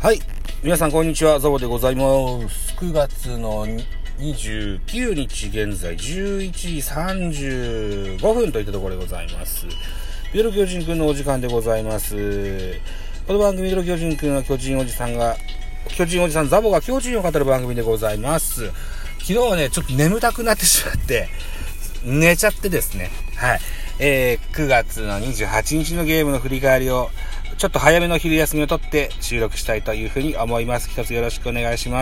はい、皆さんこんにちは、ザボでございます。9月の29日現在11時35分といったところでございます。ミドル巨人くんのお時間でございます。この番組ミドル巨人くんは巨人おじさんザボが巨人を語る番組でございます。昨日はねちょっと眠たくなってしまって寝ちゃってですね、はい、9月の28日のゲームの振り返りをちょっと早めの昼休みを取って収録したいというふうに思います。一つよろしくお願いします。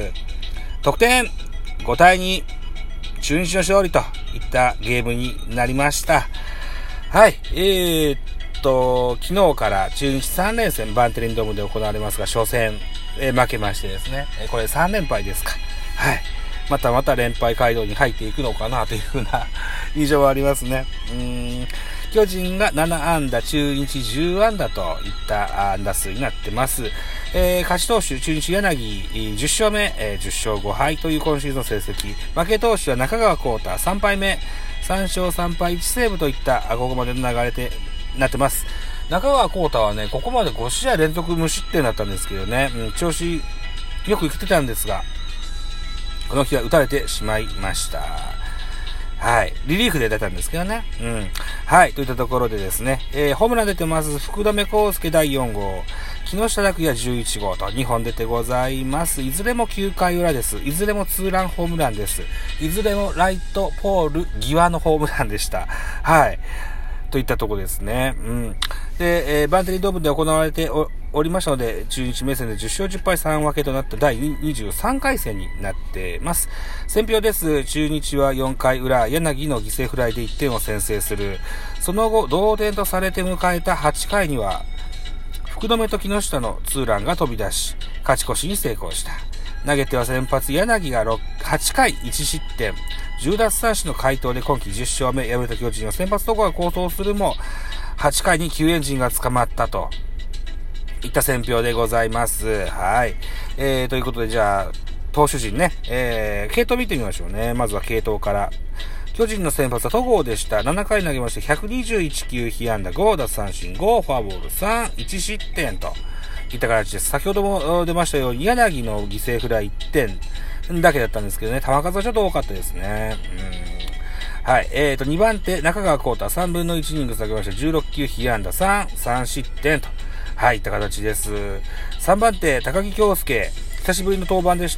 得点5対2、中日の勝利といったゲームになりました。はい、昨日から中日3連戦バンテリンドームで行われますが、初戦、負けましてですね、これ3連敗ですか。はい。また連敗街道に入っていくのかなというふうな印象はありますね。巨人が7安打、中日10安打といった安打数になってます。勝ち投手、中日柳10勝目、10勝5敗という今シーズンの成績。負け投手は中川幸太3敗目、3勝3敗1セーブといったここまでの流れでなってます。中川幸太はね、ここまで5試合連続無失点だったんですけどね、調子よくいってたんですが、この日は打たれてしまいました。はい。リリーフで出たんですけどね。はい。といったところでですね、ホームラン出てます。福留孝介第4号。木下拓也11号と2本出てございます。いずれも9回裏です。いずれもツーランホームランです。いずれもライトポール際のホームランでした。はい。といったところですね。で、バンテリンドームで行われておりましたので、中日目線で10勝10敗3分けとなった第23回戦になっています。選評です。中日は4回裏、柳の犠牲フライで1点を先制する。その後、同点とされて迎えた8回には、福留と木下のツーランが飛び出し、勝ち越しに成功した。投げては先発柳が8回1失点、10奪三振の快投で今季10勝目、敗れた巨人の先発とこが好投するも、8回に救援陣が捕まったといった選評でございます。はい。ということで、じゃあ、投手陣ね、系統見てみましょうね。まずは系統から。巨人の先発は戸郷でした。7回投げまして121球、被安打5奪三振5、フォアボール3、1失点といった形です。先ほども出ましたように、柳の犠牲フライ1点だけだったんですけどね、球数はちょっと多かったですね。はい。2番手、中川幸太、3分の1イニング投げました16球、被安打3失点と、はい、いった形です。3番手、高木京介、久しぶりの登板でした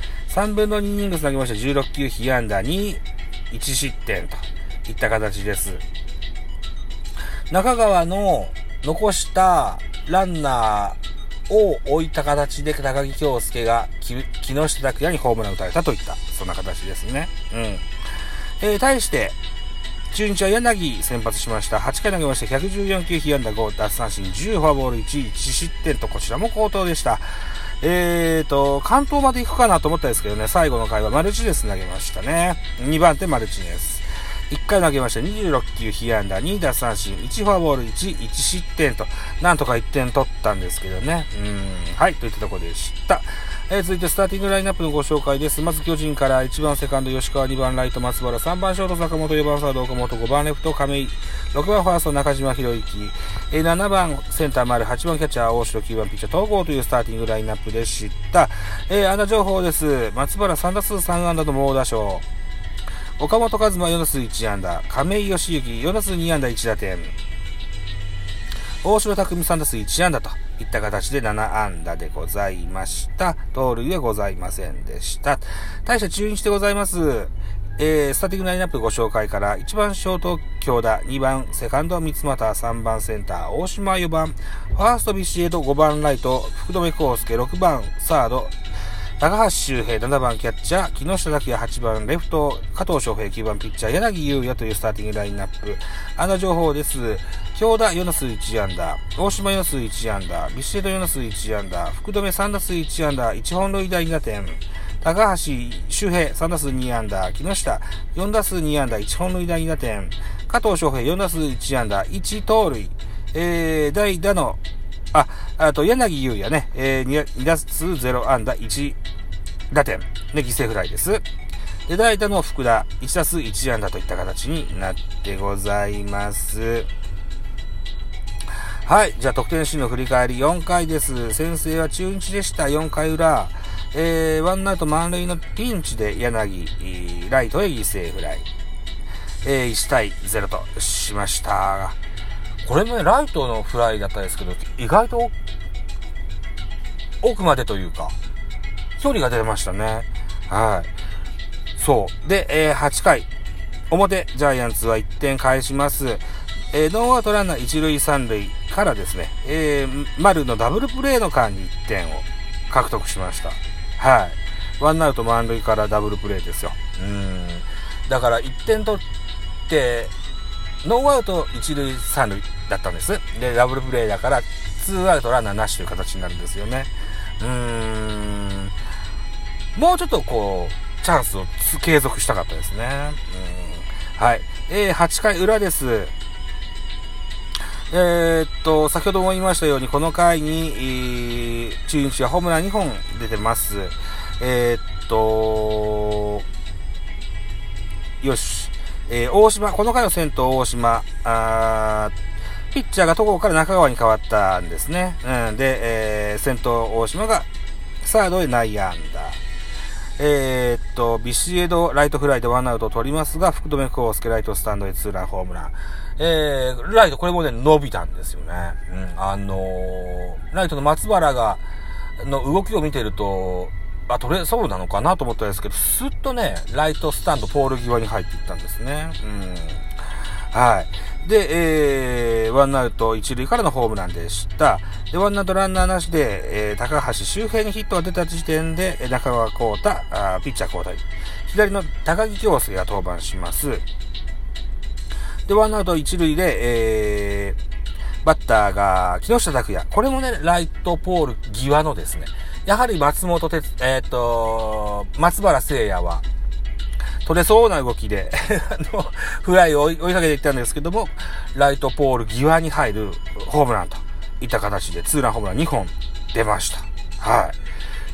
。3分の2イニング投げました16球、被安打2、1失点といった形です。中川の残したランナーを置いた形で高木京介が木下拓也にホームランを打たれたといった、そんな形ですね。対して、中日は柳先発しました。8回投げまして114球、被安打5、奪三振10、フォアボール1、1失点とこちらも好投でした。関東まで行くかなと思ったんですけどね、最後の回はマルチネス投げましたね。2番手マルチネス。1回投げました26球、被安打2、奪三振1、フォアボール1、1失点と、なんとか1点取ったんですけどね。はい、といったところでした。続いてスターティングラインナップのご紹介です。まず巨人から1番セカンド吉川、2番ライト松原、3番ショート坂本、4番サード岡本、5番レフト亀井、6番ファースト中島博之、7番センター丸、8番キャッチャー大城、9番ピッチャー東郷というスターティングラインナップでした。安打情報です。松原3打数3安打の猛打賞、岡本和真4打数1安打、亀井義行4打数2安打1打点、大城匠3打数1安打といった形で7安打でございました。盗塁はございませんでした。対して中日でございます。スターティングラインナップご紹介から、1番ショート京田、2番セカンド三俣、3番センター大島、4番ファーストビシエド、5番ライト福留孝介、6番サード高橋周平、7番キャッチャー木下拓也、8番レフト加藤翔平、9番ピッチャー柳優也というスターティングラインナップ。安打情報です。京田4打数1安打、大島4打数1安打、ビシエド4打数1安打、福留3打数1安打、1本塁打2打点、高橋周平3打数2安打、木下4打数2安打、1本塁打2打点、加藤翔平4打数1安打、1盗塁、代打のあと柳優也ね、2打数0安打1打点、ね、犠牲フライです。で、代打の福田1打数1安打といった形になってございます。 はい。じゃあ、得点シーンの振り返り4回です。先制は中日でした。4回裏。ワンアウト満塁のピンチで柳、ライトへ犠牲フライ。1対0としました。これもね、ライトのフライだったんですけど、意外と奥までというか、距離が出ましたね。はい。そう。で、8回。表、ジャイアンツは1点返します。ノーアウトランナー1塁3塁からですね、丸のダブルプレーの間に1点を獲得しました。はい。ワンアウト満塁からダブルプレーですよ。だから1点取って、ノーアウト1塁3塁だったんです。で、ダブルプレーだから、2アウトランナーなしという形になるんですよね。もうちょっとこう、チャンスを継続したかったですね。はい。8回裏です。先ほども言いましたように、この回に、中日はホームラン2本出てます。よし。大島、この回の先頭大島、ピッチャーが戸郷から中川に変わったんですね。で、先頭大島がサードへ内野安打。ビシエドライトフライでワンアウトを取りますが、福留孝介ライトスタンドへツーランホームラン。ライトこれもね、伸びたんですよね。ライトの松原の動きを見てると、取れそうなのかなと思ったんですけど、スッとね、ライトスタンドポール際に入っていったんですね。はい。で、ワンアウト一塁からのホームランでした。で、ワンアウトランナーなしで、高橋周平にヒットが出た時点で、中川幸太、ピッチャー交代。左の高木京介が登板します。で、ワンアウト一塁で、バッターが木下拓也。これもね、ライトポール際のですね、やはり松原聖也は、取れそうな動きでフライを追いかけていったんですけども、ライトポール際に入るホームランといった形でツーランホームラン2本出ました。はい。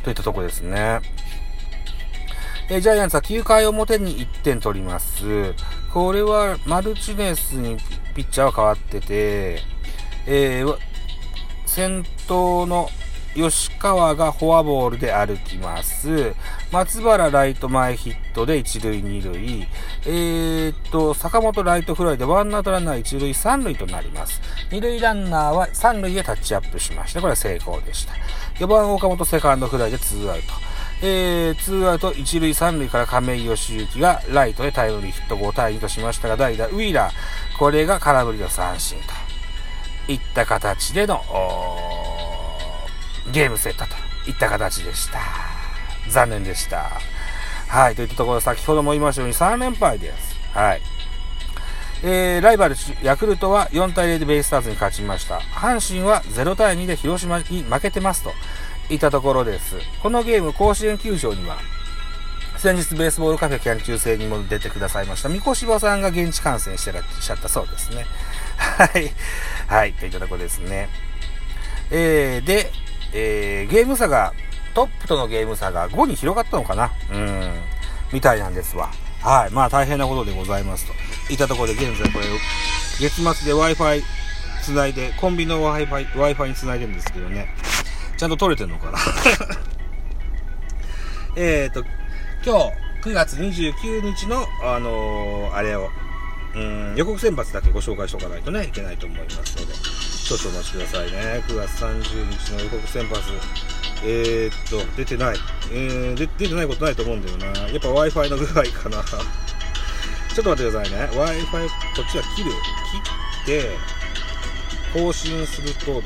といったところですね。ジャイアンツは9回表に1点取ります。これはマルチネスにピッチャーは変わってて、先頭の吉川がフォアボールで歩きます。松原ライト前ヒットで一塁二塁。坂本ライトフライでワンアウトランナー一塁三塁となります。二塁ランナーは三塁へタッチアップしました。これは成功でした。4番岡本セカンドフライでツーアウト。ツーアウト一塁三塁から亀井義行がライトへタイムリーヒット5対2としましたが、代打ウィーラー。これが空振りの三振といった形でのゲームセットといった形でした。残念でした。はい。といったところ、先ほども言いましたように3連敗です。はい。ライバルヤクルトは4対0でベイスターズに勝ちました。阪神は0対2で広島に負けてますといったところです。このゲーム、甲子園球場には、先日ベースボールカフェキャン中制にも出てくださいました、三越柴さんが現地観戦してらっしゃったそうですね。はい。はい。といったところですね。で、ゲーム差が、トップとのゲーム差が5に広がったのかなみたいなんですわ。はい。まあ大変なことでございますといったところで、現在これ、月末で Wi-Fi つないで、コンビの Wi-Fi につないでるんですけどね。ちゃんと取れてんのかな今日9月29日の、あれを、予告先発だけご紹介しておかないとね、いけないと思いますので、少々お待ちくださいね。9月30日の予告先発。出てない。出てないことないと思うんだよな。やっぱ Wi-Fi の具合かな。ちょっと待ってくださいね。Wi-Fi、こっちは切って、更新するとどう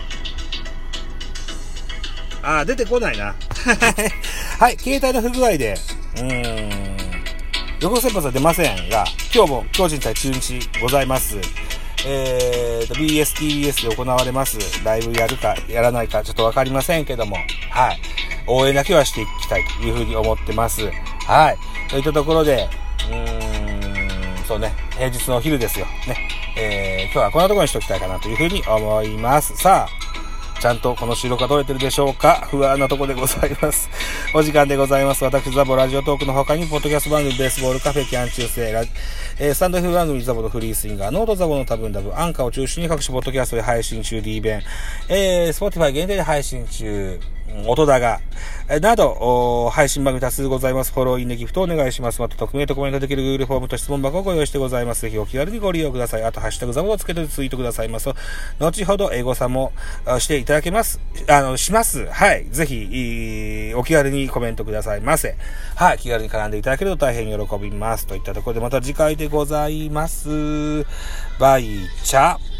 だ？出てこないな。はい、携帯の不具合で、予告先発は出ませんが、今日も巨人対中日ございます。BS、TBS で行われます。ライブやるかやらないかちょっとわかりませんけども、はい。応援だけはしていきたいというふうに思ってます。はい。といったところで、そうね、平日のお昼ですよ。ね。今日はこんなところにしておきたいかなというふうに思います。さあ、 ちゃんとこの収録が撮れてるでしょうか？不安なところでございます。お時間でございます。私、ザボラジオトークの他に、ポッドキャスト番組、ベースボールカフェ、キャン中世、スタンド F 番組、ザボのフリースインガー、ノートザボの多分ダブ、アンカーを中心に各種ポッドキャストで配信中、D 弁、Spotify 限定で配信中、音だが、など、配信番組多数ございます。フォロー、インでギフトお願いします。また、匿名とコメントできる Google フォームと質問箱をご用意してございます。ぜひお気軽にご利用ください。あと、ハッシュタグザボをつけてツイートくださいますと、後ほどエゴサもしていただけます。します。はい。ぜひ、お気軽にコメントくださいませ。はい。気軽に絡んでいただけると大変喜びます。といったところで、また次回でございます。バイチャ。